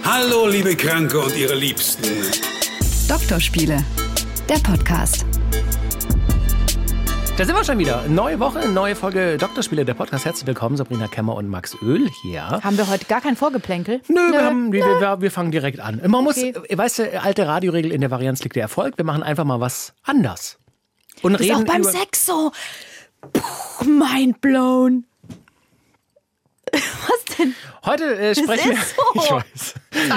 Hallo, liebe Kranke und ihre Liebsten. Doktorspiele, der Podcast. Da sind wir schon wieder. Neue Woche, neue Folge Doktorspiele, der Podcast. Herzlich willkommen, Sabrina Kemmer und Max Oehl hier. Haben wir heute gar kein Vorgeplänkel? Nö. Wir fangen direkt an. Man muss, weißt du, alte Radioregel, in der Varianz liegt der Erfolg. Wir machen einfach mal was anders. Und ist reden auch beim Sex so. Puh, mind blown. Was denn? Heute sprechen wir. So. Ich weiß.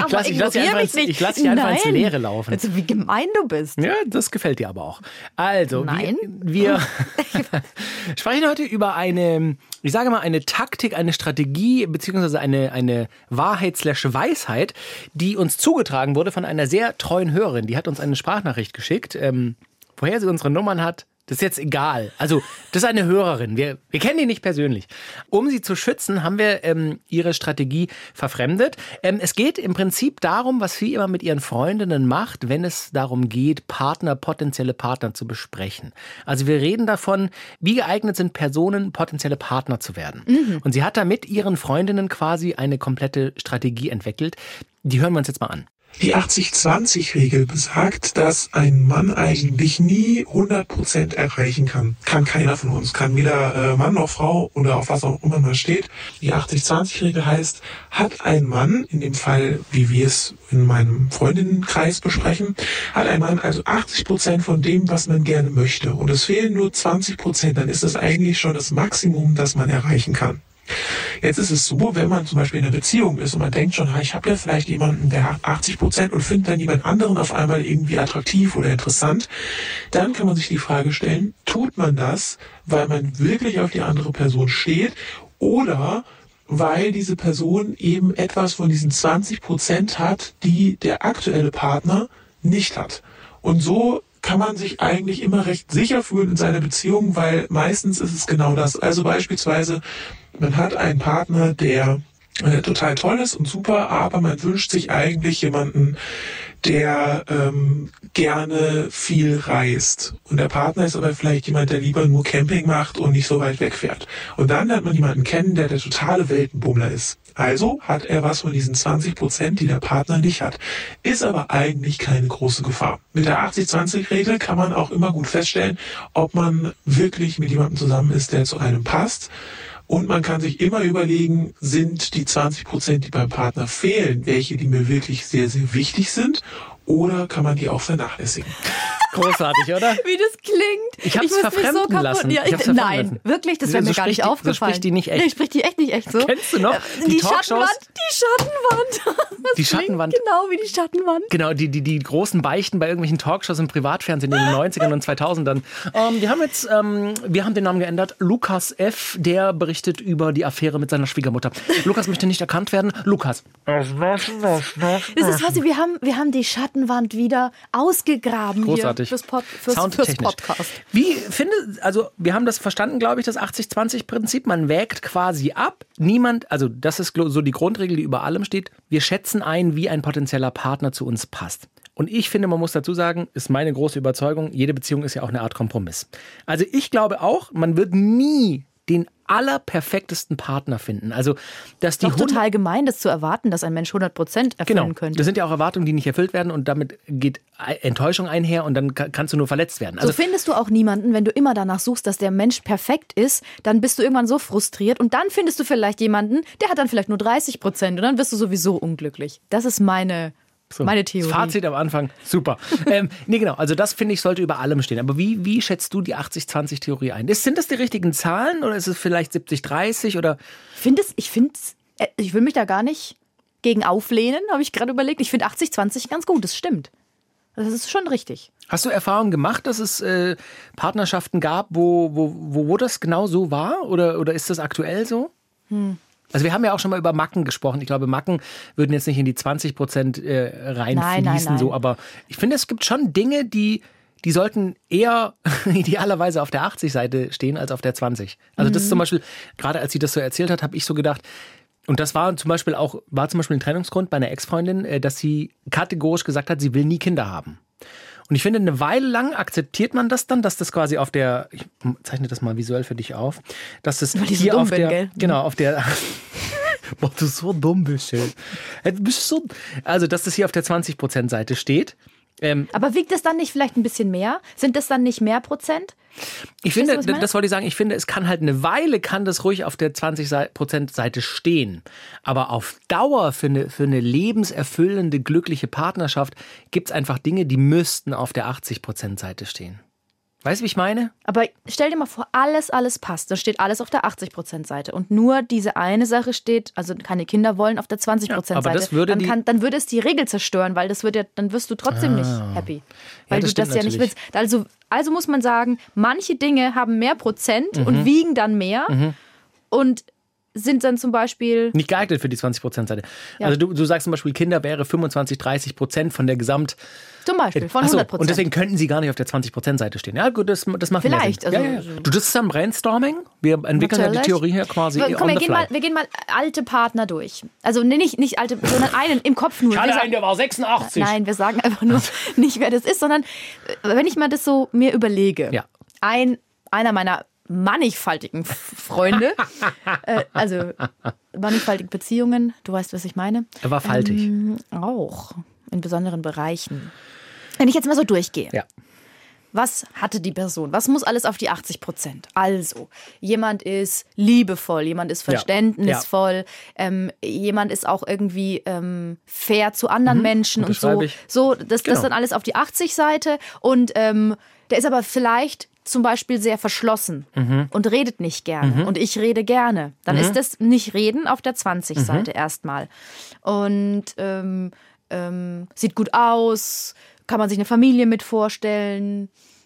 Ich lass dich einfach ins Leere laufen. Also, wie gemein du bist. Ja, das gefällt dir aber auch. Also, wir sprechen heute über eine Taktik, eine Strategie, beziehungsweise eine Wahrheit/Weisheit, die uns zugetragen wurde von einer sehr treuen Hörerin. Die hat uns eine Sprachnachricht geschickt. Woher sie unsere Nummern hat, das ist jetzt egal. Also, das ist eine Hörerin. Wir kennen die nicht persönlich. Um sie zu schützen, haben wir ihre Strategie verfremdet. Es geht im Prinzip darum, was sie immer mit ihren Freundinnen macht, wenn es darum geht, potenzielle Partner zu besprechen. Also wir reden davon, wie geeignet sind Personen, potenzielle Partner zu werden. Mhm. Und sie hat da mit ihren Freundinnen quasi eine komplette Strategie entwickelt. Die hören wir uns jetzt mal an. Die 80-20-Regel besagt, dass ein Mann eigentlich nie 100% erreichen kann. Kann keiner von uns. Kann weder Mann noch Frau oder auf was auch immer man steht. Die 80-20-Regel heißt, hat ein Mann, in dem Fall, wie wir es in meinem Freundinnenkreis besprechen, hat ein Mann also 80% von dem, was man gerne möchte. Und es fehlen nur 20%, dann ist das eigentlich schon das Maximum, das man erreichen kann. Jetzt ist es so, wenn man zum Beispiel in einer Beziehung ist und man denkt schon, ich habe ja vielleicht jemanden, der hat 80% und findet dann jemand anderen auf einmal irgendwie attraktiv oder interessant, dann kann man sich die Frage stellen, tut man das, weil man wirklich auf die andere Person steht oder weil diese Person eben etwas von diesen 20% hat, die der aktuelle Partner nicht hat. Und so kann man sich eigentlich immer recht sicher fühlen in seiner Beziehung, weil meistens ist es genau das. Also beispielsweise, man hat einen Partner, der total toll ist und super, aber man wünscht sich eigentlich jemanden, der gerne viel reist. Und der Partner ist aber vielleicht jemand, der lieber nur Camping macht und nicht so weit wegfährt. Und dann lernt man jemanden kennen, der totale Weltenbummler ist. Also hat er was von diesen 20%, die der Partner nicht hat. Ist aber eigentlich keine große Gefahr. Mit der 80-20-Regel kann man auch immer gut feststellen, ob man wirklich mit jemandem zusammen ist, der zu einem passt. Und man kann sich immer überlegen, sind die 20%, die beim Partner fehlen, welche, die mir wirklich sehr, sehr wichtig sind, oder kann man die auch vernachlässigen? Großartig, oder? Wie das klingt. Ich hab's verfremden lassen. Ja, nein, wirklich, das wäre mir gar nicht aufgefallen. So spricht die nicht echt. Nee, spricht die echt nicht echt so. Kennst du noch? Die Schattenwand. Die Schattenwand. Genau, wie die Schattenwand. Genau, die großen Beichten bei irgendwelchen Talkshows im Privatfernsehen in den 90ern und 2000ern. Wir haben den Namen geändert. Lukas F., der berichtet über die Affäre mit seiner Schwiegermutter. Lukas möchte nicht erkannt werden. Lukas. Das ist was, wir haben die Schattenwand wieder ausgegraben. Großartig. Fürs Podcast. Wir haben das verstanden, glaube ich, das 80-20-Prinzip. Man wägt quasi ab. Das ist so die Grundregel, die über allem steht. Wir schätzen ein, wie ein potenzieller Partner zu uns passt. Und ich finde, man muss dazu sagen, ist meine große Überzeugung, jede Beziehung ist ja auch eine Art Kompromiss. Also ich glaube auch, man wird nie den allerperfektesten Partner finden. Also, dass die total gemein, das zu erwarten, dass ein Mensch 100% erfüllen könnte. Das sind ja auch Erwartungen, die nicht erfüllt werden und damit geht Enttäuschung einher und dann kannst du nur verletzt werden. Also, so findest du auch niemanden, wenn du immer danach suchst, dass der Mensch perfekt ist, dann bist du irgendwann so frustriert und dann findest du vielleicht jemanden, der hat dann vielleicht nur 30% und dann wirst du sowieso unglücklich. Das ist meine Theorie. Das Fazit am Anfang, super. Genau, also das finde ich sollte über allem stehen. Aber wie schätzt du die 80-20-Theorie ein? Sind das die richtigen Zahlen oder ist es vielleicht 70-30 oder? Ich will mich da gar nicht gegen auflehnen, habe ich gerade überlegt. Ich finde 80-20 ganz gut, das stimmt. Das ist schon richtig. Hast du Erfahrungen gemacht, dass es Partnerschaften gab, wo das genau so war? Oder ist das aktuell so? Also wir haben ja auch schon mal über Macken gesprochen. Ich glaube, Macken würden jetzt nicht in die 20% reinfließen. Nein. So, aber ich finde, es gibt schon Dinge, die sollten eher idealerweise auf der 80-Seite stehen als auf der 20. Also das ist zum Beispiel, gerade als sie das so erzählt hat, habe ich so gedacht, und das war zum Beispiel ein Trennungsgrund bei einer Ex-Freundin, dass sie kategorisch gesagt hat, sie will nie Kinder haben. Und ich finde, eine Weile lang akzeptiert man das dann, dass das quasi auf der, ich zeichne das mal visuell für dich auf, dass das weil ich hier so dumm auf bin, der, gell? genau, auf der, Boah, du so dumm bist. Also, dass das hier auf der 20%-Seite steht. Aber wiegt es dann nicht vielleicht ein bisschen mehr? Sind das dann nicht mehr Prozent? Ich finde, das wollte ich sagen, ich finde, es kann halt eine Weile, kann das ruhig auf der 20%-Seite stehen. Aber auf Dauer für eine lebenserfüllende, glückliche Partnerschaft gibt es einfach Dinge, die müssten auf der 80%-Seite stehen. Weißt du, wie ich meine? Aber stell dir mal vor, alles passt. Da steht alles auf der 80%-Seite. Und nur diese eine Sache steht, also keine Kinder wollen, auf der 20%-Seite. Aber das würde dann würde es die Regel zerstören, weil dann wirst du trotzdem nicht happy. Weil du das ja nicht willst. Also muss man sagen, manche Dinge haben mehr Prozent und wiegen dann mehr. Und sind dann zum Beispiel... Nicht geeignet für die 20%-Seite. Ja. Also du sagst zum Beispiel, Kinder wäre 25-30% von der Gesamt... Zum Beispiel, von 100%. Und deswegen könnten sie gar nicht auf der 20%-Seite stehen. Ja gut, das macht vielleicht. Mehr Sinn. Also, Du, das ist dann Brainstorming. Wir entwickeln ja die Theorie hier quasi wir gehen mal alte Partner durch. Also nicht alte, sondern einen im Kopf nur. Ich hatte einen, der war 86. Nein, wir sagen einfach nur nicht, wer das ist, sondern wenn ich mal das so mir überlege. Ja. Einer meiner mannigfaltigen Freunde, also mannigfaltige Beziehungen, du weißt, was ich meine. Er war faltig. Auch in besonderen Bereichen. Wenn ich jetzt mal so durchgehe. Ja. Was hatte die Person? Was muss alles auf die 80%? Also, jemand ist liebevoll, jemand ist verständnisvoll, jemand ist auch irgendwie fair zu anderen Menschen und so. Das dann alles auf die 80-Seite und der ist aber vielleicht zum Beispiel sehr verschlossen und redet nicht gerne und ich rede gerne. Dann ist das nicht reden auf der 20-Seite erstmal. Und sieht gut aus, kann man sich eine Familie mit vorstellen.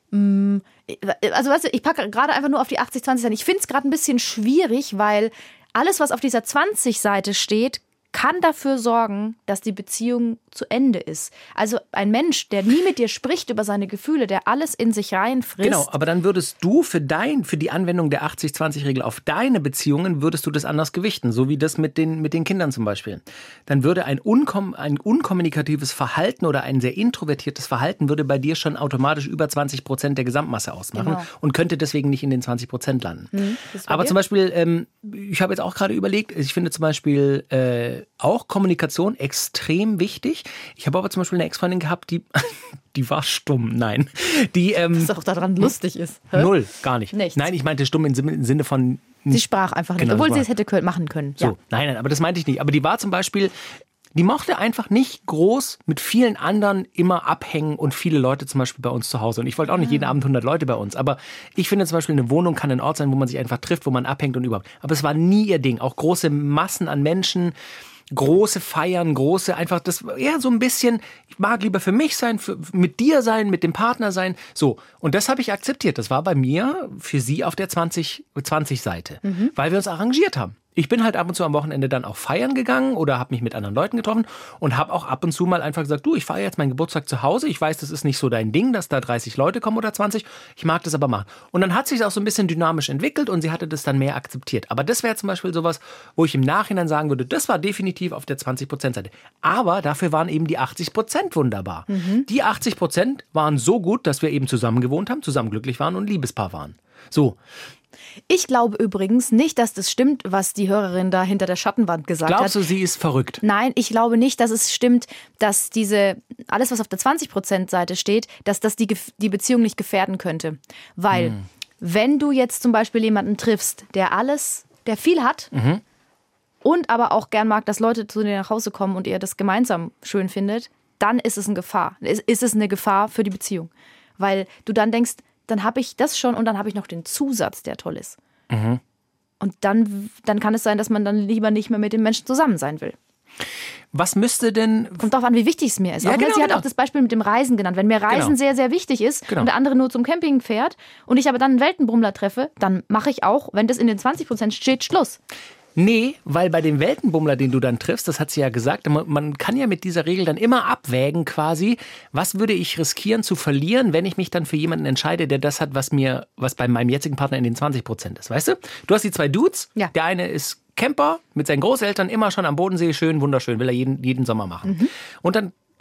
Also weißt du, ich packe gerade einfach nur auf die 80-20-Seite. Ich finde es gerade ein bisschen schwierig, weil alles, was auf dieser 20-Seite steht, kann dafür sorgen, dass die Beziehung zu Ende ist. Also ein Mensch, der nie mit dir spricht über seine Gefühle, der alles in sich reinfrisst. Genau, aber dann würdest du für die Anwendung der 80-20-Regel auf deine Beziehungen, würdest du das anders gewichten, so wie das mit den Kindern zum Beispiel. Dann würde ein unkommunikatives Verhalten oder ein sehr introvertiertes Verhalten würde bei dir schon automatisch über 20% der Gesamtmasse ausmachen und könnte deswegen nicht in den 20% landen. Aber zum Beispiel, ich habe jetzt auch gerade überlegt, ich finde zum Beispiel auch Kommunikation extrem wichtig. Ich habe aber zum Beispiel eine Ex-Freundin gehabt, die war stumm. Nein. Was auch daran lustig ist. Null, gar nicht. Nichts. Nein, ich meinte stumm im Sinne von... Sie sprach einfach nicht, obwohl sie es hätte machen können. So, ja. Nein, aber das meinte ich nicht. Aber die war zum Beispiel... Die mochte einfach nicht groß mit vielen anderen immer abhängen und viele Leute zum Beispiel bei uns zu Hause. Und ich wollte auch nicht jeden Abend 100 Leute bei uns. Aber ich finde zum Beispiel, eine Wohnung kann ein Ort sein, wo man sich einfach trifft, wo man abhängt und überhaupt. Aber es war nie ihr Ding. Auch große Massen an Menschen, große Feiern, einfach das eher so ein bisschen, ich mag lieber für mich sein, mit dir sein, mit dem Partner sein. So. Und das habe ich akzeptiert. Das war bei mir für sie auf der 20-Seite, weil wir uns arrangiert haben. Ich bin halt ab und zu am Wochenende dann auch feiern gegangen oder habe mich mit anderen Leuten getroffen und habe auch ab und zu mal einfach gesagt, du, ich feiere jetzt meinen Geburtstag zu Hause. Ich weiß, das ist nicht so dein Ding, dass da 30 Leute kommen oder 20. Ich mag das aber machen. Und dann hat sich das auch so ein bisschen dynamisch entwickelt und sie hatte das dann mehr akzeptiert. Aber das wäre zum Beispiel sowas, wo ich im Nachhinein sagen würde, das war definitiv auf der 20%-Seite. Aber dafür waren eben die 80% wunderbar. Die 80% waren so gut, dass wir eben zusammen gewohnt haben, zusammen glücklich waren und Liebespaar waren. So. Ich glaube übrigens nicht, dass das stimmt, was die Hörerin da hinter der Schattenwand gesagt hat. Glaubst du, sie ist verrückt? Nein, ich glaube nicht, dass es stimmt, dass alles, was auf der 20%-Seite steht, dass das die Beziehung nicht gefährden könnte. Weil, wenn du jetzt zum Beispiel jemanden triffst, der viel hat und aber auch gern mag, dass Leute zu dir nach Hause kommen und ihr das gemeinsam schön findet, dann ist es eine Gefahr. Ist es eine Gefahr für die Beziehung. Weil du dann denkst, dann habe ich das schon und dann habe ich noch den Zusatz, der toll ist. Und dann kann es sein, dass man dann lieber nicht mehr mit dem Menschen zusammen sein will. Was müsste denn... Kommt darauf an, wie wichtig es mir ist. Ja, sie hat auch das Beispiel mit dem Reisen genannt. Wenn mir Reisen sehr, sehr wichtig ist und der andere nur zum Camping fährt und ich aber dann einen Weltenbummler treffe, dann mache ich auch, wenn das in den 20% steht, Schluss. Nee, weil bei dem Weltenbummler, den du dann triffst, das hat sie ja gesagt, man kann ja mit dieser Regel dann immer abwägen quasi, was würde ich riskieren zu verlieren, wenn ich mich dann für jemanden entscheide, der das hat, was bei meinem jetzigen Partner in den 20% ist, weißt du? Du hast die zwei Dudes, der eine ist Camper mit seinen Großeltern, immer schon am Bodensee, schön, wunderschön, will er jeden Sommer machen. Und dann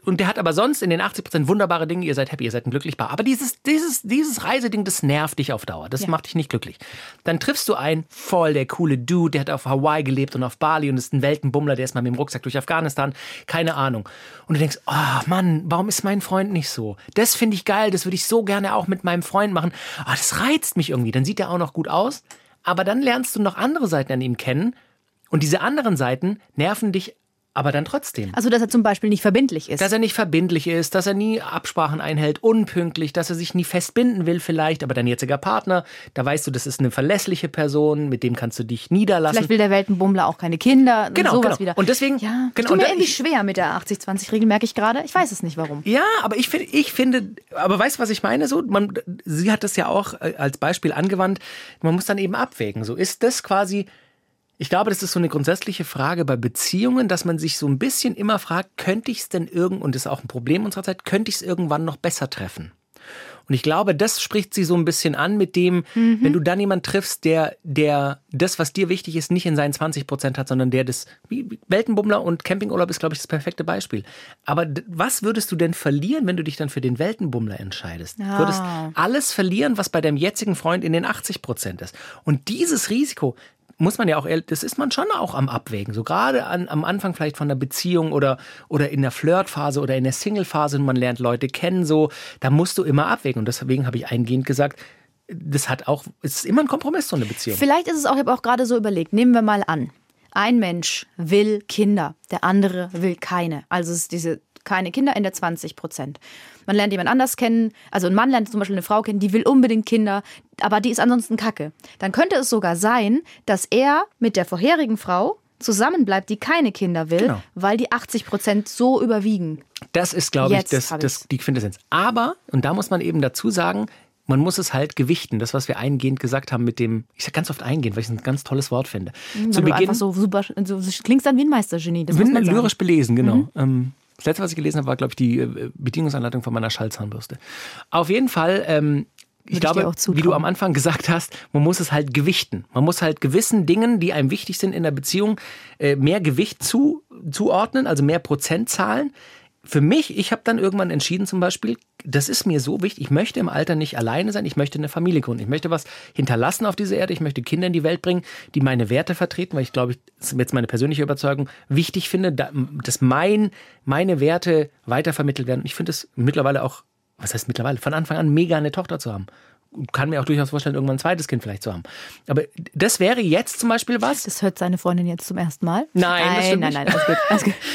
und der hat aber sonst in den 80% wunderbare Dinge, ihr seid happy, ihr seid ein glücklich Paar. Aber dieses Reiseding, das nervt dich auf Dauer. Das macht dich nicht glücklich. Dann triffst du einen, voll der coole Dude, der hat auf Hawaii gelebt und auf Bali und ist ein Weltenbummler, der ist mal mit dem Rucksack durch Afghanistan, keine Ahnung. Und du denkst, oh Mann, warum ist mein Freund nicht so? Das finde ich geil, das würde ich so gerne auch mit meinem Freund machen. Ah, das reizt mich irgendwie. Dann sieht er auch noch gut aus. Aber dann lernst du noch andere Seiten an ihm kennen. Und diese anderen Seiten nerven dich aber dann trotzdem. Also, dass er zum Beispiel nicht verbindlich ist. Dass er nicht verbindlich ist, dass er nie Absprachen einhält, unpünktlich, dass er sich nie festbinden will vielleicht. Aber dein jetziger Partner, da weißt du, das ist eine verlässliche Person, mit dem kannst du dich niederlassen. Vielleicht will der Weltenbummler auch keine Kinder. Sowas wieder. Und deswegen... Ja, tut mir irgendwie schwer mit der 80-20-Regel, merke ich gerade. Ich weiß es nicht, warum. Ja, aber ich finde, aber weißt du, was ich meine? So, sie hat das ja auch als Beispiel angewandt. Man muss dann eben abwägen. So, ist das quasi... Ich glaube, das ist so eine grundsätzliche Frage bei Beziehungen, dass man sich so ein bisschen immer fragt, könnte ich es denn und das ist auch ein Problem unserer Zeit, könnte ich es irgendwann noch besser treffen? Und ich glaube, das spricht sie so ein bisschen an mit dem, wenn du dann jemanden triffst, der das, was dir wichtig ist, nicht in seinen 20% hat, sondern der das, wie Weltenbummler und Campingurlaub ist, glaube ich, das perfekte Beispiel. Aber was würdest du denn verlieren, wenn du dich dann für den Weltenbummler entscheidest? Du würdest alles verlieren, was bei deinem jetzigen Freund in den 80% ist. Und dieses Risiko, muss man ja auch, das ist man schon auch am Abwägen. So gerade am Anfang vielleicht von der Beziehung oder in der Flirtphase oder in der Singlephase und man lernt Leute kennen, so, da musst du immer abwägen. Und deswegen habe ich eingehend gesagt, es ist immer ein Kompromiss, so eine Beziehung. Vielleicht ist es auch, ich habe auch gerade so überlegt, nehmen wir mal an, ein Mensch will Kinder, der andere will keine. Also es ist diese keine Kinder in der 20%. Man lernt jemand anders kennen, also ein Mann lernt zum Beispiel eine Frau kennen, die will unbedingt Kinder, aber die ist ansonsten kacke. Dann könnte es sogar sein, dass er mit der vorherigen Frau zusammenbleibt, die keine Kinder will, weil die 80% so überwiegen. Das ist, glaube ich, die Quintessenz. Aber, und da muss man eben dazu sagen, man muss es halt gewichten. Das, was wir eingehend gesagt haben mit dem, ich sage ganz oft eingehend, weil ich es ein ganz tolles Wort finde. Zu Beginn, einfach so super, so klingst dann wie ein Meistergenie. Das muss man sagen. Lyrisch belesen, genau. Das letzte, was ich gelesen habe, war, glaube ich, die Bedienungsanleitung von meiner Schallzahnbürste. Auf jeden Fall, ich glaube, wie du am Anfang gesagt hast, man muss es halt gewichten. Man muss halt gewissen Dingen, die einem wichtig sind in der Beziehung, mehr Gewicht zuordnen, also mehr Prozentzahlen. Für mich, ich habe dann irgendwann entschieden zum Beispiel, das ist mir so wichtig, ich möchte im Alter nicht alleine sein, ich möchte eine Familie gründen, ich möchte was hinterlassen auf dieser Erde, ich möchte Kinder in die Welt bringen, die meine Werte vertreten, weil ich glaube, das ist jetzt meine persönliche Überzeugung, wichtig finde, dass meine Werte weitervermittelt werden. Und ich finde es mittlerweile auch, was heißt mittlerweile, von Anfang an mega eine Tochter zu haben. Kann mir auch durchaus vorstellen, irgendwann ein zweites Kind vielleicht zu haben. Aber das wäre jetzt zum Beispiel was. Das hört seine Freundin jetzt zum ersten Mal? Nein, alles gut.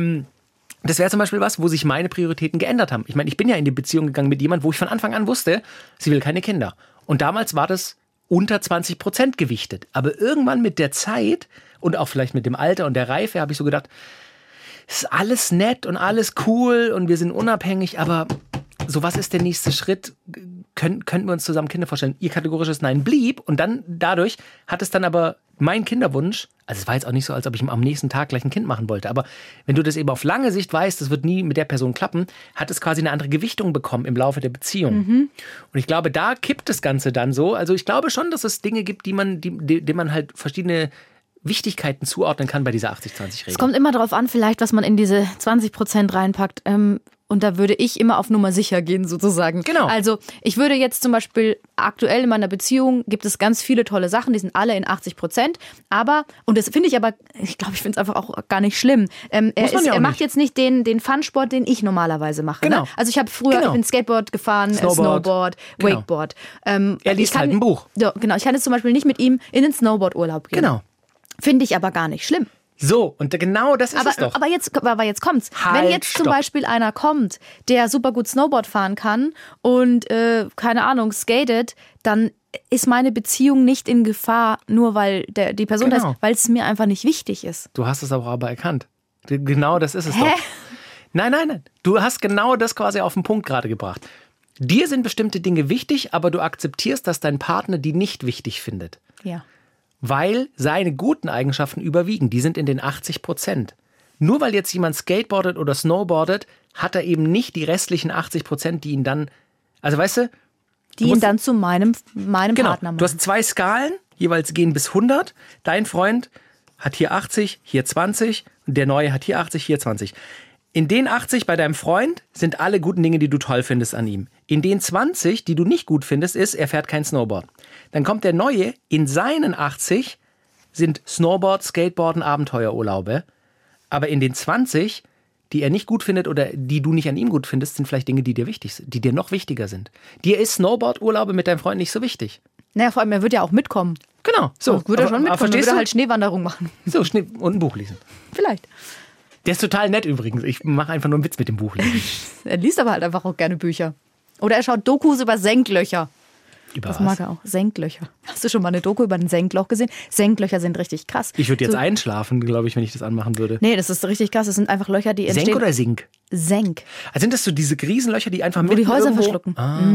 Das wäre zum Beispiel was, wo sich meine Prioritäten geändert haben. Ich meine, ich bin ja in die Beziehung gegangen mit jemandem, wo ich von Anfang an wusste, sie will keine Kinder. Und damals war das unter 20% gewichtet. Aber irgendwann mit der Zeit und auch vielleicht mit dem Alter und der Reife habe ich so gedacht, es ist alles nett und alles cool und wir sind unabhängig, aber so, was ist der nächste Schritt? Könnten wir uns zusammen Kinder vorstellen? Ihr kategorisches Nein blieb und dann dadurch hat es dann aber mein Kinderwunsch, also es war jetzt auch nicht so, als ob ich am nächsten Tag gleich ein Kind machen wollte, aber wenn du das eben auf lange Sicht weißt, das wird nie mit der Person klappen, hat es quasi eine andere Gewichtung bekommen im Laufe der Beziehung. Und ich glaube, da kippt das Ganze dann so. Also ich glaube schon, dass es Dinge gibt, denen man halt verschiedene Wichtigkeiten zuordnen kann bei dieser 80-20-Regel. Es kommt immer darauf an, vielleicht, was man in diese 20% reinpackt. Und da würde ich immer auf Nummer sicher gehen, sozusagen. Genau. Also ich würde jetzt zum Beispiel, aktuell in meiner Beziehung gibt es ganz viele tolle Sachen, die sind alle in 80%. Aber, und das finde ich aber, ich glaube, ich finde es einfach auch gar nicht schlimm. Er macht jetzt nicht den Fun-Sport, den ich normalerweise mache. Genau. Ne? Also ich habe früher, ich bin Skateboard gefahren, Snowboard, Wakeboard. Er liest halt ein Buch. Ja, genau. Ich kann jetzt zum Beispiel nicht mit ihm in den Snowboard-Urlaub gehen. Genau. Finde ich aber gar nicht schlimm. So, und genau das ist es doch. Aber jetzt kommt's. Halt, wenn jetzt zum Beispiel einer kommt, der super gut Snowboard fahren kann und, keine Ahnung, skatet, dann ist meine Beziehung nicht in Gefahr, nur weil die Person da ist, weil es mir einfach nicht wichtig ist. Du hast es aber erkannt. Genau das ist es doch. Nein. Du hast genau das quasi auf den Punkt gerade gebracht. Dir sind bestimmte Dinge wichtig, aber du akzeptierst, dass dein Partner die nicht wichtig findet. Ja. Weil seine guten Eigenschaften überwiegen. Die sind in den 80%. Nur weil jetzt jemand skateboardet oder snowboardet, hat er eben nicht die restlichen 80%, die ihn dann, also weißt du? Die ihn dann zu meinem Partner machen. Du hast 2 Skalen, jeweils gehen bis 100. Dein Freund hat hier 80, hier 20 und der Neue hat hier 80, hier 20. In den 80 bei deinem Freund sind alle guten Dinge, die du toll findest an ihm. In den 20, die du nicht gut findest, ist, er fährt kein Snowboard. Dann kommt der Neue, in seinen 80 sind Snowboard, Skateboarden, Abenteuerurlaube. Aber in den 20, die er nicht gut findet oder die du nicht an ihm gut findest, sind vielleicht Dinge, die dir wichtig sind, die dir noch wichtiger sind. Dir ist Snowboard-Urlaube mit deinem Freund nicht so wichtig. Naja, vor allem, er wird ja auch mitkommen. Genau. So. Würde er schon mitkommen, er würde halt Schneewanderung machen. So, und ein Buch lesen. Vielleicht. Der ist total nett übrigens. Ich mache einfach nur einen Witz mit dem Buch lesen. Er liest aber halt einfach auch gerne Bücher. Oder er schaut Dokus über Senklöcher. Über das was? mag er auch. Senklöcher. Hast du schon mal eine Doku über ein Senkloch gesehen? Senklöcher sind richtig krass. Ich würde jetzt einschlafen, glaube ich, wenn ich das anmachen würde. Nee, das ist richtig krass. Das sind einfach Löcher, die entstehen. Senk oder Sink? Senk. Also sind das so diese Riesenlöcher, die einfach wo die Häuser irgendwo verschlucken.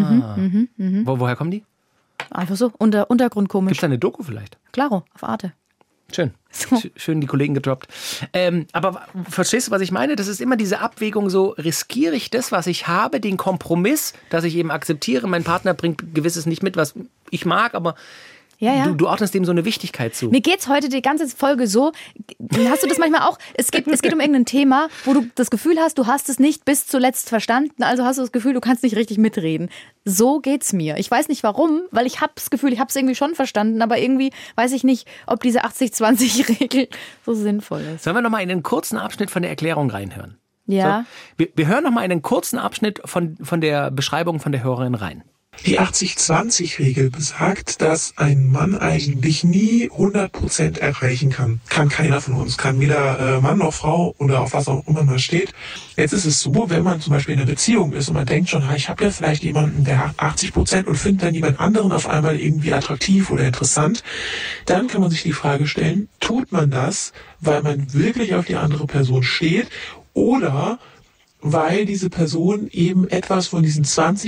Woher kommen die? Einfach so. Untergrund komisch. Gibt es da eine Doku vielleicht? Klaro, auf Arte. Schön. So. Schön die Kollegen gedroppt. Aber verstehst du, was ich meine? Das ist immer diese Abwägung so, riskiere ich das, was ich habe, den Kompromiss, dass ich eben akzeptiere, mein Partner bringt Gewisses nicht mit, was ich mag, aber Ja. Du ordnest dem so eine Wichtigkeit zu. Mir geht's heute die ganze Folge so, hast du das manchmal auch, es geht um irgendein Thema, wo du das Gefühl hast, du hast es nicht bis zuletzt verstanden, also hast du das Gefühl, du kannst nicht richtig mitreden. So geht's mir. Ich weiß nicht warum, weil ich habe das Gefühl, ich habe es irgendwie schon verstanden, aber irgendwie weiß ich nicht, ob diese 80-20-Regel so sinnvoll ist. Sollen wir nochmal in einen kurzen Abschnitt von der Erklärung reinhören? Ja. So, wir hören nochmal in einen kurzen Abschnitt von der Beschreibung von der Hörerin rein. Die 80-20-Regel besagt, dass ein Mann eigentlich nie 100% erreichen kann. Kann keiner von uns. Kann weder Mann noch Frau oder auf was auch immer man steht. Jetzt ist es so, wenn man zum Beispiel in einer Beziehung ist und man denkt schon, ich habe ja vielleicht jemanden, der hat 80% und findet dann jemand anderen auf einmal irgendwie attraktiv oder interessant, dann kann man sich die Frage stellen, tut man das, weil man wirklich auf die andere Person steht oder weil diese Person eben etwas von diesen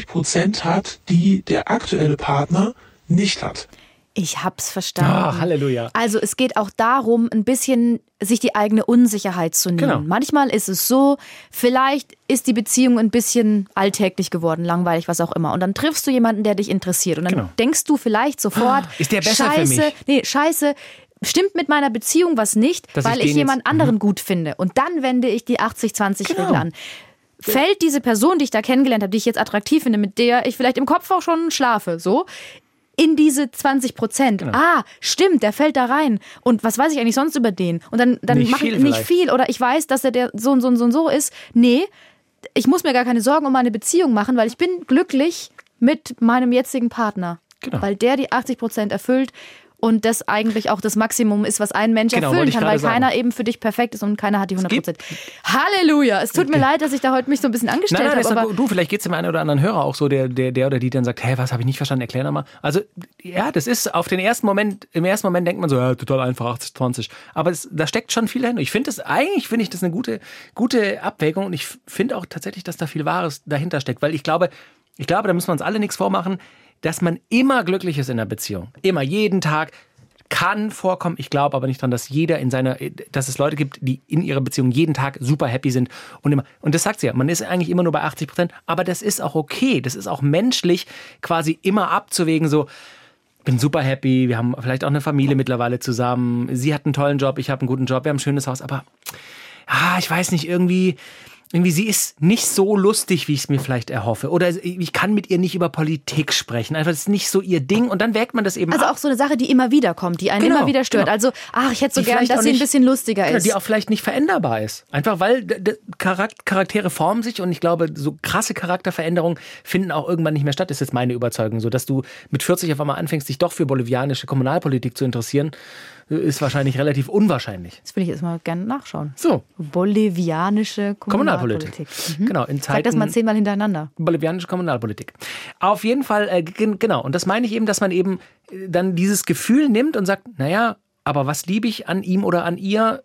20% hat, die der aktuelle Partner nicht hat. Ich hab's verstanden. Ah, Halleluja. Also es geht auch darum, ein bisschen sich die eigene Unsicherheit zu nehmen. Genau. Manchmal ist es so, vielleicht ist die Beziehung ein bisschen alltäglich geworden, langweilig, was auch immer. Und dann triffst du jemanden, der dich interessiert. Und dann denkst du vielleicht sofort, ist der besser für mich? Scheiße, stimmt mit meiner Beziehung was nicht, weil ich jemand anderen gut finde. Und dann wende ich die 80-20-Regel an. Fällt diese Person, die ich da kennengelernt habe, die ich jetzt attraktiv finde, mit der ich vielleicht im Kopf auch schon schlafe, so, in diese 20%. Genau. Stimmt, der fällt da rein. Und was weiß ich eigentlich sonst über den? Und dann mache ich nicht viel. Oder ich weiß, dass er der so und so und so ist. Nee, ich muss mir gar keine Sorgen um meine Beziehung machen, weil ich bin glücklich mit meinem jetzigen Partner. Genau. Weil der die 80% erfüllt. Und das eigentlich auch das Maximum ist, was ein Mensch erfüllen kann, weil keiner eben für dich perfekt ist und keiner hat die 100%. Halleluja! Es tut mir leid, dass ich da heute mich so ein bisschen angestellt habe. Aber du, vielleicht geht es dem einen oder anderen Hörer auch so, der oder die dann sagt, was habe ich nicht verstanden, erklär nochmal. Also ja, das ist im ersten Moment denkt man so, total einfach, 80-20. Aber da steckt schon viel dahinter. Finde ich das eine gute Abwägung und ich finde auch tatsächlich, dass da viel Wahres dahinter steckt, weil ich glaube, da müssen wir uns alle nichts vormachen, dass man immer glücklich ist in einer Beziehung. Immer, jeden Tag kann vorkommen. Ich glaube aber nicht daran, dass dass es Leute gibt, die in ihrer Beziehung jeden Tag super happy sind. Und das sagt sie ja, man ist eigentlich immer nur bei 80%, aber das ist auch okay. Das ist auch menschlich, quasi immer abzuwägen, so, bin super happy, wir haben vielleicht auch eine Familie mittlerweile zusammen, sie hat einen tollen Job, ich habe einen guten Job, wir haben ein schönes Haus, aber ich weiß nicht, irgendwie sie ist nicht so lustig, wie ich es mir vielleicht erhoffe. Oder ich kann mit ihr nicht über Politik sprechen. Einfach, das ist nicht so ihr Ding. Und dann wägt man das eben ab. Also auch so eine Sache, die immer wieder kommt, die einen immer wieder stört. Genau. Also, ich hätte so gern, dass sie ein bisschen lustiger ist. Die auch vielleicht nicht veränderbar ist. Einfach, weil Charaktere formen sich und ich glaube, so krasse Charakterveränderungen finden auch irgendwann nicht mehr statt. Das ist jetzt meine Überzeugung. So, dass du mit 40 auf einmal anfängst, dich doch für bolivianische Kommunalpolitik zu interessieren, ist wahrscheinlich relativ unwahrscheinlich. Das will ich jetzt mal gerne nachschauen. So. Bolivianische Kommunalpolitik. Genau, in Zeiten. Sag das mal 10-mal hintereinander. Bolivianische Kommunalpolitik. Auf jeden Fall, genau. Und das meine ich eben, dass man eben dann dieses Gefühl nimmt und sagt, aber was liebe ich an ihm oder an ihr?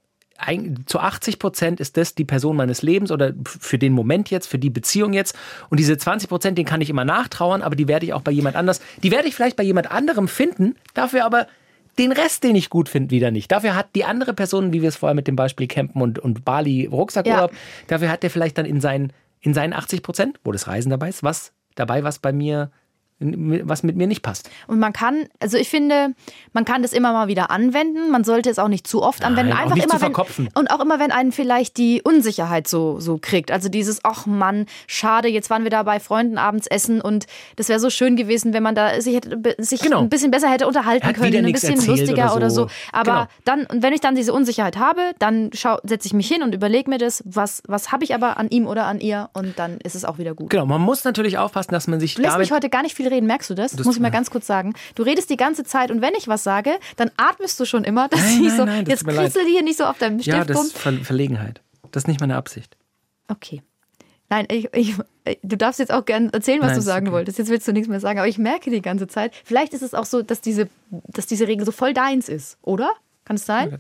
Zu 80% ist das die Person meines Lebens oder für den Moment jetzt, für die Beziehung jetzt. Und diese 20%, den kann ich immer nachtrauern, aber die werde ich auch bei jemand anders, die werde ich vielleicht bei jemand anderem finden, dafür aber den Rest, den ich gut finde, wieder nicht. Dafür hat die andere Person, wie wir es vorher mit dem Beispiel Campen und Bali Rucksackurlaub, dafür hat der vielleicht dann in seinen 80%, wo das Reisen dabei ist, was bei mir was mit mir nicht passt. Und ich finde, man kann das immer mal wieder anwenden. Man sollte es auch nicht zu oft anwenden. Einfach nicht immer, zu verkopfen. Und auch immer, wenn einen vielleicht die Unsicherheit so kriegt. Also dieses, ach Mann, schade, jetzt waren wir da bei Freunden abends essen und das wäre so schön gewesen, wenn man da sich ein bisschen besser hätte unterhalten können, ein bisschen lustiger oder so. Aber dann, und wenn ich dann diese Unsicherheit habe, dann setze ich mich hin und überlege mir das, was habe ich aber an ihm oder an ihr und dann ist es auch wieder gut. Genau, man muss natürlich aufpassen, dass man sich Du lässt mich heute gar nicht viel reden, merkst du das? Das muss ich mal ganz kurz sagen. Du redest die ganze Zeit und wenn ich was sage, dann atmest du schon immer, dass nein, jetzt kritzelt hier nicht so auf deinem Stift rum. Ja, das ist Verlegenheit. Das ist nicht meine Absicht. Okay. Nein, du darfst jetzt auch gerne erzählen, was du sagen wolltest. Jetzt willst du nichts mehr sagen, aber ich merke die ganze Zeit, vielleicht ist es auch so, dass diese Regel so voll deins ist, oder? Kann es sein?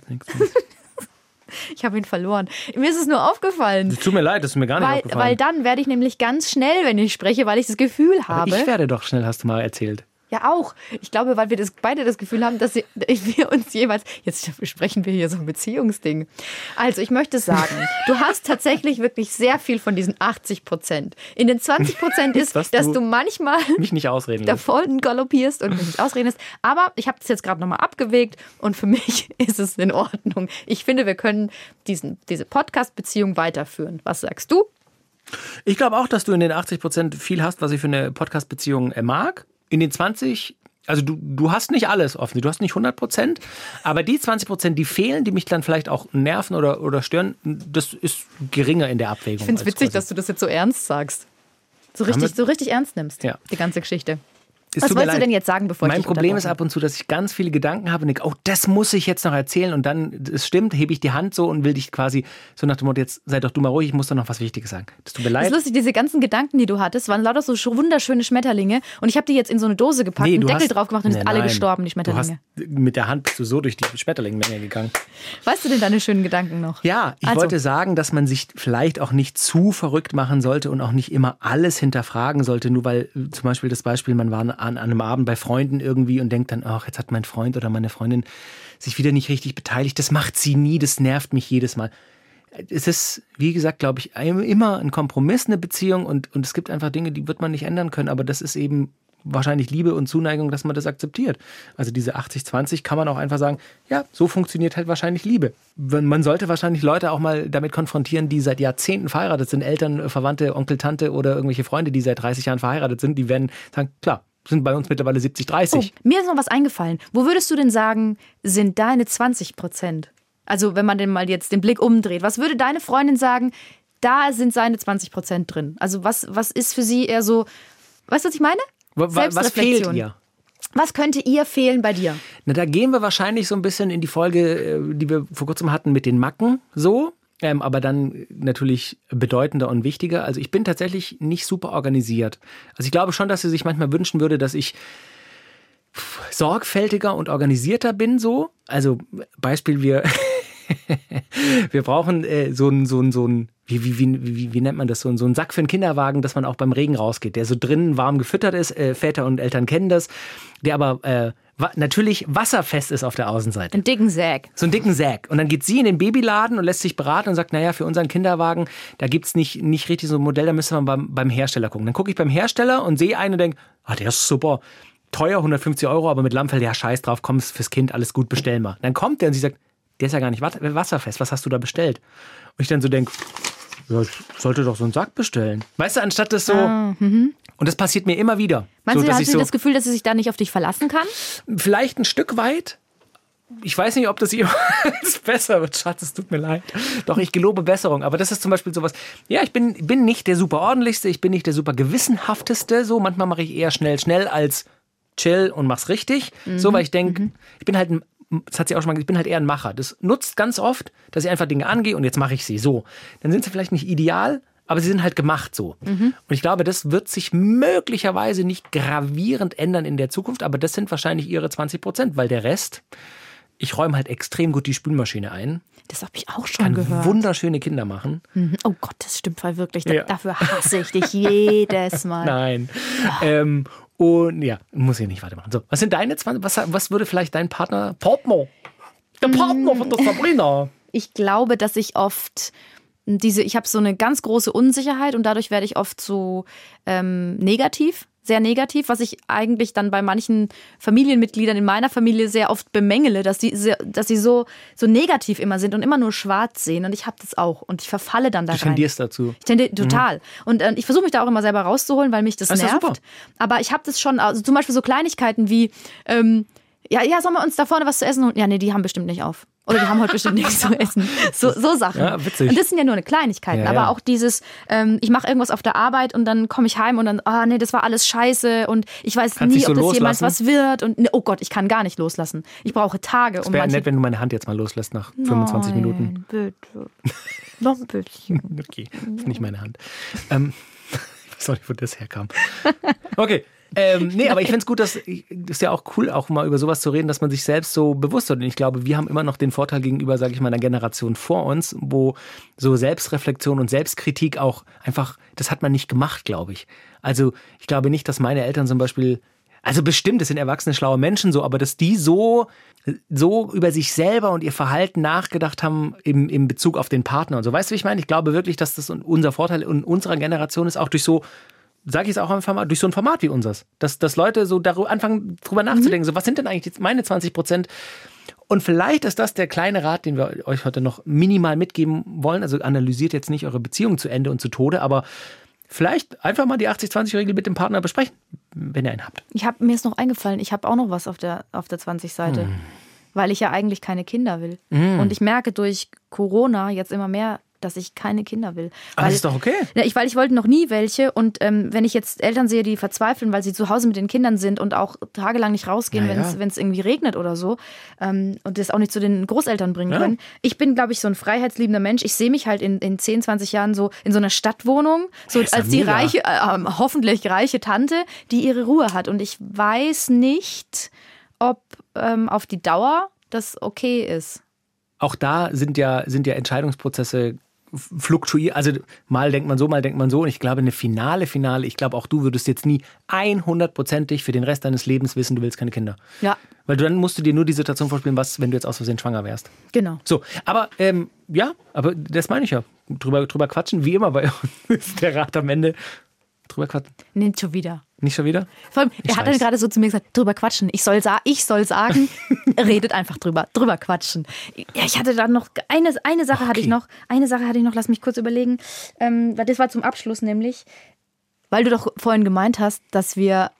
Ich habe ihn verloren. Mir ist es nur aufgefallen. Es tut mir leid, das ist mir gar nicht aufgefallen. Weil dann werde ich nämlich ganz schnell, wenn ich spreche, weil ich das Gefühl habe... Aber ich werde doch schnell, hast du mal erzählt. Ja, auch. Ich glaube, weil wir beide das Gefühl haben, dass wir uns jeweils... Jetzt sprechen wir hier so ein Beziehungsding. Also, ich möchte sagen, du hast tatsächlich wirklich sehr viel von diesen 80%. In den 20% ist, dass du manchmal mich nicht ausreden davon galoppierst und mich nicht ausreden lässt. Aber ich habe das jetzt gerade nochmal abgewegt und für mich ist es in Ordnung. Ich finde, wir können diese Podcast-Beziehung weiterführen. Was sagst du? Ich glaube auch, dass du in den 80% viel hast, was ich für eine Podcast-Beziehung mag. In den 20, also du hast nicht alles offen, du hast nicht 100%, aber die 20%, die fehlen, die mich dann vielleicht auch nerven oder stören, das ist geringer in der Abwägung. Ich finde es witzig, dass du das jetzt so ernst sagst. So richtig ernst nimmst, die ganze Geschichte. Was wolltest du denn jetzt sagen, bevor ich dich Mein Problem ist ab und zu, dass ich ganz viele Gedanken habe und denke, oh, das muss ich jetzt noch erzählen und dann, es stimmt, hebe ich die Hand so und will dich quasi so nach dem Motto, jetzt sei doch du mal ruhig, ich muss doch noch was Wichtiges sagen. Das tut mir leid. Das ist lustig, diese ganzen Gedanken, die du hattest, waren lauter so wunderschöne Schmetterlinge und ich habe die jetzt in so eine Dose gepackt, einen Deckel drauf gemacht und sind alle gestorben, die Schmetterlinge. Mit der Hand bist du so durch die Schmetterlingmenge gegangen. Weißt du denn deine schönen Gedanken noch? Ja, ich wollte sagen, dass man sich vielleicht auch nicht zu verrückt machen sollte und auch nicht immer alles hinterfragen sollte, nur weil zum Beispiel das Beispiel, man war an einem Abend bei Freunden irgendwie und denkt dann, ach, jetzt hat mein Freund oder meine Freundin sich wieder nicht richtig beteiligt. Das macht sie nie, das nervt mich jedes Mal. Es ist, wie gesagt, glaube ich, immer ein Kompromiss, eine Beziehung und es gibt einfach Dinge, die wird man nicht ändern können, aber das ist eben wahrscheinlich Liebe und Zuneigung, dass man das akzeptiert. Also diese 80-20 kann man auch einfach sagen, ja, so funktioniert halt wahrscheinlich Liebe. Man sollte wahrscheinlich Leute auch mal damit konfrontieren, die seit Jahrzehnten verheiratet sind, Eltern, Verwandte, Onkel, Tante oder irgendwelche Freunde, die seit 30 Jahren verheiratet sind, die werden sagen, klar, sind bei uns mittlerweile 70-30. Oh, mir ist noch was eingefallen. Wo würdest du denn sagen, sind deine 20%? Also wenn man denn mal jetzt den Blick umdreht, was würde deine Freundin sagen, da sind seine 20% drin? Also was ist für sie eher so, weißt du, was ich meine? Was fehlt ihr? Was könnte ihr fehlen bei dir? Na, da gehen wir wahrscheinlich so ein bisschen in die Folge, die wir vor kurzem hatten mit den Macken, so. Aber dann natürlich bedeutender und wichtiger. Also ich bin tatsächlich nicht super organisiert. Also ich glaube schon, dass sie sich manchmal wünschen würde, dass ich sorgfältiger und organisierter bin, so. Also Beispiel, wir brauchen so ein wie nennt man das, so ein Sack für einen Kinderwagen, dass man auch beim Regen rausgeht, der so drinnen warm gefüttert ist, Väter und Eltern kennen das, der aber natürlich wasserfest ist auf der Außenseite. Einen dicken Sack. So einen dicken Sack. Und dann geht sie in den Babyladen und lässt sich beraten und sagt, naja, für unseren Kinderwagen, da gibt's nicht richtig so ein Modell, da müssen wir beim Hersteller gucken. Dann gucke ich beim Hersteller und sehe einen und denke, der ist super, teuer, 150 €, aber mit Lammfell, ja, scheiß drauf, komm, ist fürs Kind, alles gut, bestell mal. Dann kommt der und sie sagt, der ist ja gar nicht wasserfest, was hast du da bestellt? Und ich dann so denke, ja, ich sollte doch so einen Sack bestellen. Weißt du, anstatt das so... Und das passiert mir immer wieder. Meinst so, du, hast du das Gefühl, dass sie sich da nicht auf dich verlassen kann? Vielleicht ein Stück weit. Ich weiß nicht, ob das jemals besser wird. Schatz, es tut mir leid. Doch, ich gelobe Besserung. Aber das ist zum Beispiel sowas, ja, ich bin nicht der super ordentlichste, ich bin nicht der super gewissenhafteste. So, manchmal mache ich eher schnell als chill und mach's richtig. So, weil ich denke, ich bin halt das hat sie auch schon mal gesagt, ich bin halt eher ein Macher. Das nutzt ganz oft, dass ich einfach Dinge angehe und jetzt mache ich sie so. Dann sind sie vielleicht nicht ideal, aber sie sind halt gemacht so. Und ich glaube, das wird sich möglicherweise nicht gravierend ändern in der Zukunft, aber das sind wahrscheinlich ihre 20%, weil der Rest, ich räume halt extrem gut die Spülmaschine ein. Das habe ich auch schon gehört. Kann wunderschöne Kinder machen. Oh Gott, das stimmt voll wirklich. Ja. Dafür hasse ich dich jedes Mal. Nein. Und ja, muss ich nicht weitermachen. So, was sind deine 20? Was würde vielleicht dein Partner der Partner von der Sabrina? Ich glaube, dass ich oft ich habe so eine ganz große Unsicherheit und dadurch werde ich oft so negativ. sehr negativ, was ich eigentlich dann bei manchen Familienmitgliedern in meiner Familie sehr oft bemängele, dass sie so negativ immer sind und immer nur schwarz sehen. Und ich habe das auch. Und ich verfalle dann da rein. Du tendierst dazu. Ich tendiere total. Und ich versuche mich da auch immer selber rauszuholen, weil mich das nervt. Super. Aber ich habe das schon, also zum Beispiel so Kleinigkeiten wie, sollen wir uns da vorne was zu essen holen? Ja, nee, die haben bestimmt nicht auf. Oder die haben heute bestimmt nichts zu essen. So Sachen. Ja, witzig. Und das sind ja nur Kleinigkeiten. Aber auch dieses, ich mache irgendwas auf der Arbeit und dann komme ich heim und dann, nee, das war alles scheiße und ich weiß nie, ob das jemals was wird. Und oh Gott, ich kann gar nicht loslassen. Ich brauche Tage. Es wäre nett, wenn du meine Hand jetzt mal loslässt nach 25 Minuten. Bitte. Noch ein bisschen. Okay, das ist nicht meine Hand. Ich weiß auch nicht, wo das herkam. Okay. Aber ich finde es gut, das ist ja auch cool, auch mal über sowas zu reden, dass man sich selbst so bewusst wird. Und ich glaube, wir haben immer noch den Vorteil gegenüber, sage ich mal, einer Generation vor uns, wo so Selbstreflexion und Selbstkritik auch einfach, das hat man nicht gemacht, glaube ich. Also ich glaube nicht, dass meine Eltern zum Beispiel, also bestimmt, das sind erwachsene, schlaue Menschen so, aber dass die so über sich selber und ihr Verhalten nachgedacht haben im Bezug auf den Partner und so. Weißt du, wie ich meine? Ich glaube wirklich, dass das unser Vorteil in unserer Generation ist, auch durch so, sage ich es auch einfach mal, durch so ein Format wie unseres. Dass Leute so anfangen, drüber nachzudenken, so was sind denn eigentlich jetzt meine 20%? Und vielleicht ist das der kleine Rat, den wir euch heute noch minimal mitgeben wollen. Also analysiert jetzt nicht eure Beziehung zu Ende und zu Tode, aber vielleicht einfach mal die 80-20-Regel mit dem Partner besprechen, wenn ihr einen habt. Mir ist noch eingefallen, ich habe auch noch was auf der 20-Seite, weil ich ja eigentlich keine Kinder will. Und ich merke durch Corona jetzt immer mehr, dass ich keine Kinder will. Aber das ist doch okay. Weil ich wollte noch nie welche und wenn ich jetzt Eltern sehe, die verzweifeln, weil sie zu Hause mit den Kindern sind und auch tagelang nicht rausgehen, wenn es irgendwie regnet oder so und das auch nicht zu den Großeltern bringen können. Ich bin, glaube ich, so ein freiheitsliebender Mensch. Ich sehe mich halt in 10, 20 Jahren so in so einer Stadtwohnung, so als die reiche, hoffentlich reiche Tante, die ihre Ruhe hat. Und ich weiß nicht, ob auf die Dauer das okay ist. Auch da sind ja Entscheidungsprozesse fluktuieren. Also mal denkt man so, mal denkt man so. Und ich glaube, eine Finale, ich glaube, auch du würdest jetzt nie 100%ig für den Rest deines Lebens wissen, du willst keine Kinder. Ja. Weil dann musst du dir nur die Situation vorspielen, was, wenn du jetzt aus Versehen schwanger wärst. Genau. So, aber aber das meine ich ja. Drüber quatschen, wie immer bei uns ist der Rat am Ende. Drüber quatschen. Nicht schon wieder. Nicht schon wieder? Vor allem, er hat dann gerade so zu mir gesagt, drüber quatschen. Ich soll sagen, redet einfach drüber quatschen. Ja, ich hatte dann noch eine Sache hatte ich noch, lass mich kurz überlegen. Das war zum Abschluss nämlich, weil du doch vorhin gemeint hast, dass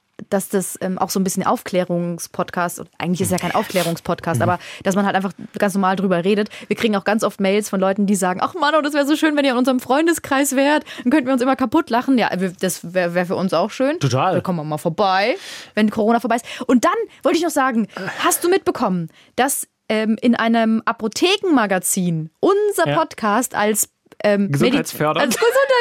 das auch so ein bisschen Aufklärungspodcast, eigentlich ist es ja kein Aufklärungspodcast, aber dass man halt einfach ganz normal drüber redet. Wir kriegen auch ganz oft Mails von Leuten, die sagen, ach Mann, das wäre so schön, wenn ihr in unserem Freundeskreis wärt, dann könnten wir uns immer kaputt lachen. Ja, das wäre für uns auch schön. Total. Da kommen wir mal vorbei, wenn Corona vorbei ist. Und dann wollte ich noch sagen, hast du mitbekommen, dass in einem Apothekenmagazin unser Podcast als gesundheitsfördernd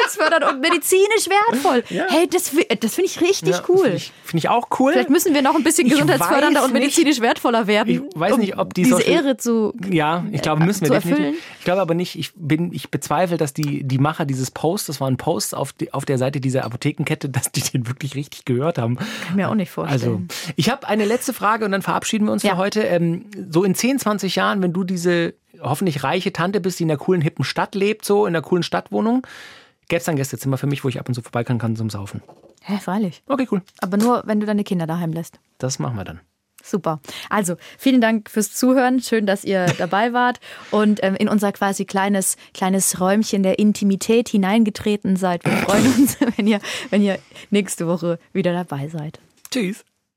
und medizinisch wertvoll. Ja. Hey, das finde ich richtig cool. Finde ich auch cool. Vielleicht müssen wir noch ein bisschen gesundheitsfördernder und medizinisch wertvoller werden. Ich weiß nicht, ob diese Ehre zu Ja, ich glaube, müssen wir definitiv. Erfüllen. Ich glaube aber nicht, ich bezweifle, dass die Macher dieses Posts, das waren Posts auf der Seite dieser Apothekenkette, dass die den wirklich richtig gehört haben. Kann mir auch nicht vorstellen. Also, ich habe eine letzte Frage und dann verabschieden wir uns für heute. So in 10, 20 Jahren, wenn du diese hoffentlich reiche Tante bist, die in einer coolen, hippen Stadt lebt, so in einer coolen Stadtwohnung, gäbe es dann Gästezimmer für mich, wo ich ab und zu vorbei kann zum Saufen. Hä, freilich. Okay, cool. Aber nur, wenn du deine Kinder daheim lässt. Das machen wir dann. Super. Also, vielen Dank fürs Zuhören. Schön, dass ihr dabei wart und in unser quasi kleines Räumchen der Intimität hineingetreten seid. Wir freuen uns, wenn ihr nächste Woche wieder dabei seid. Tschüss.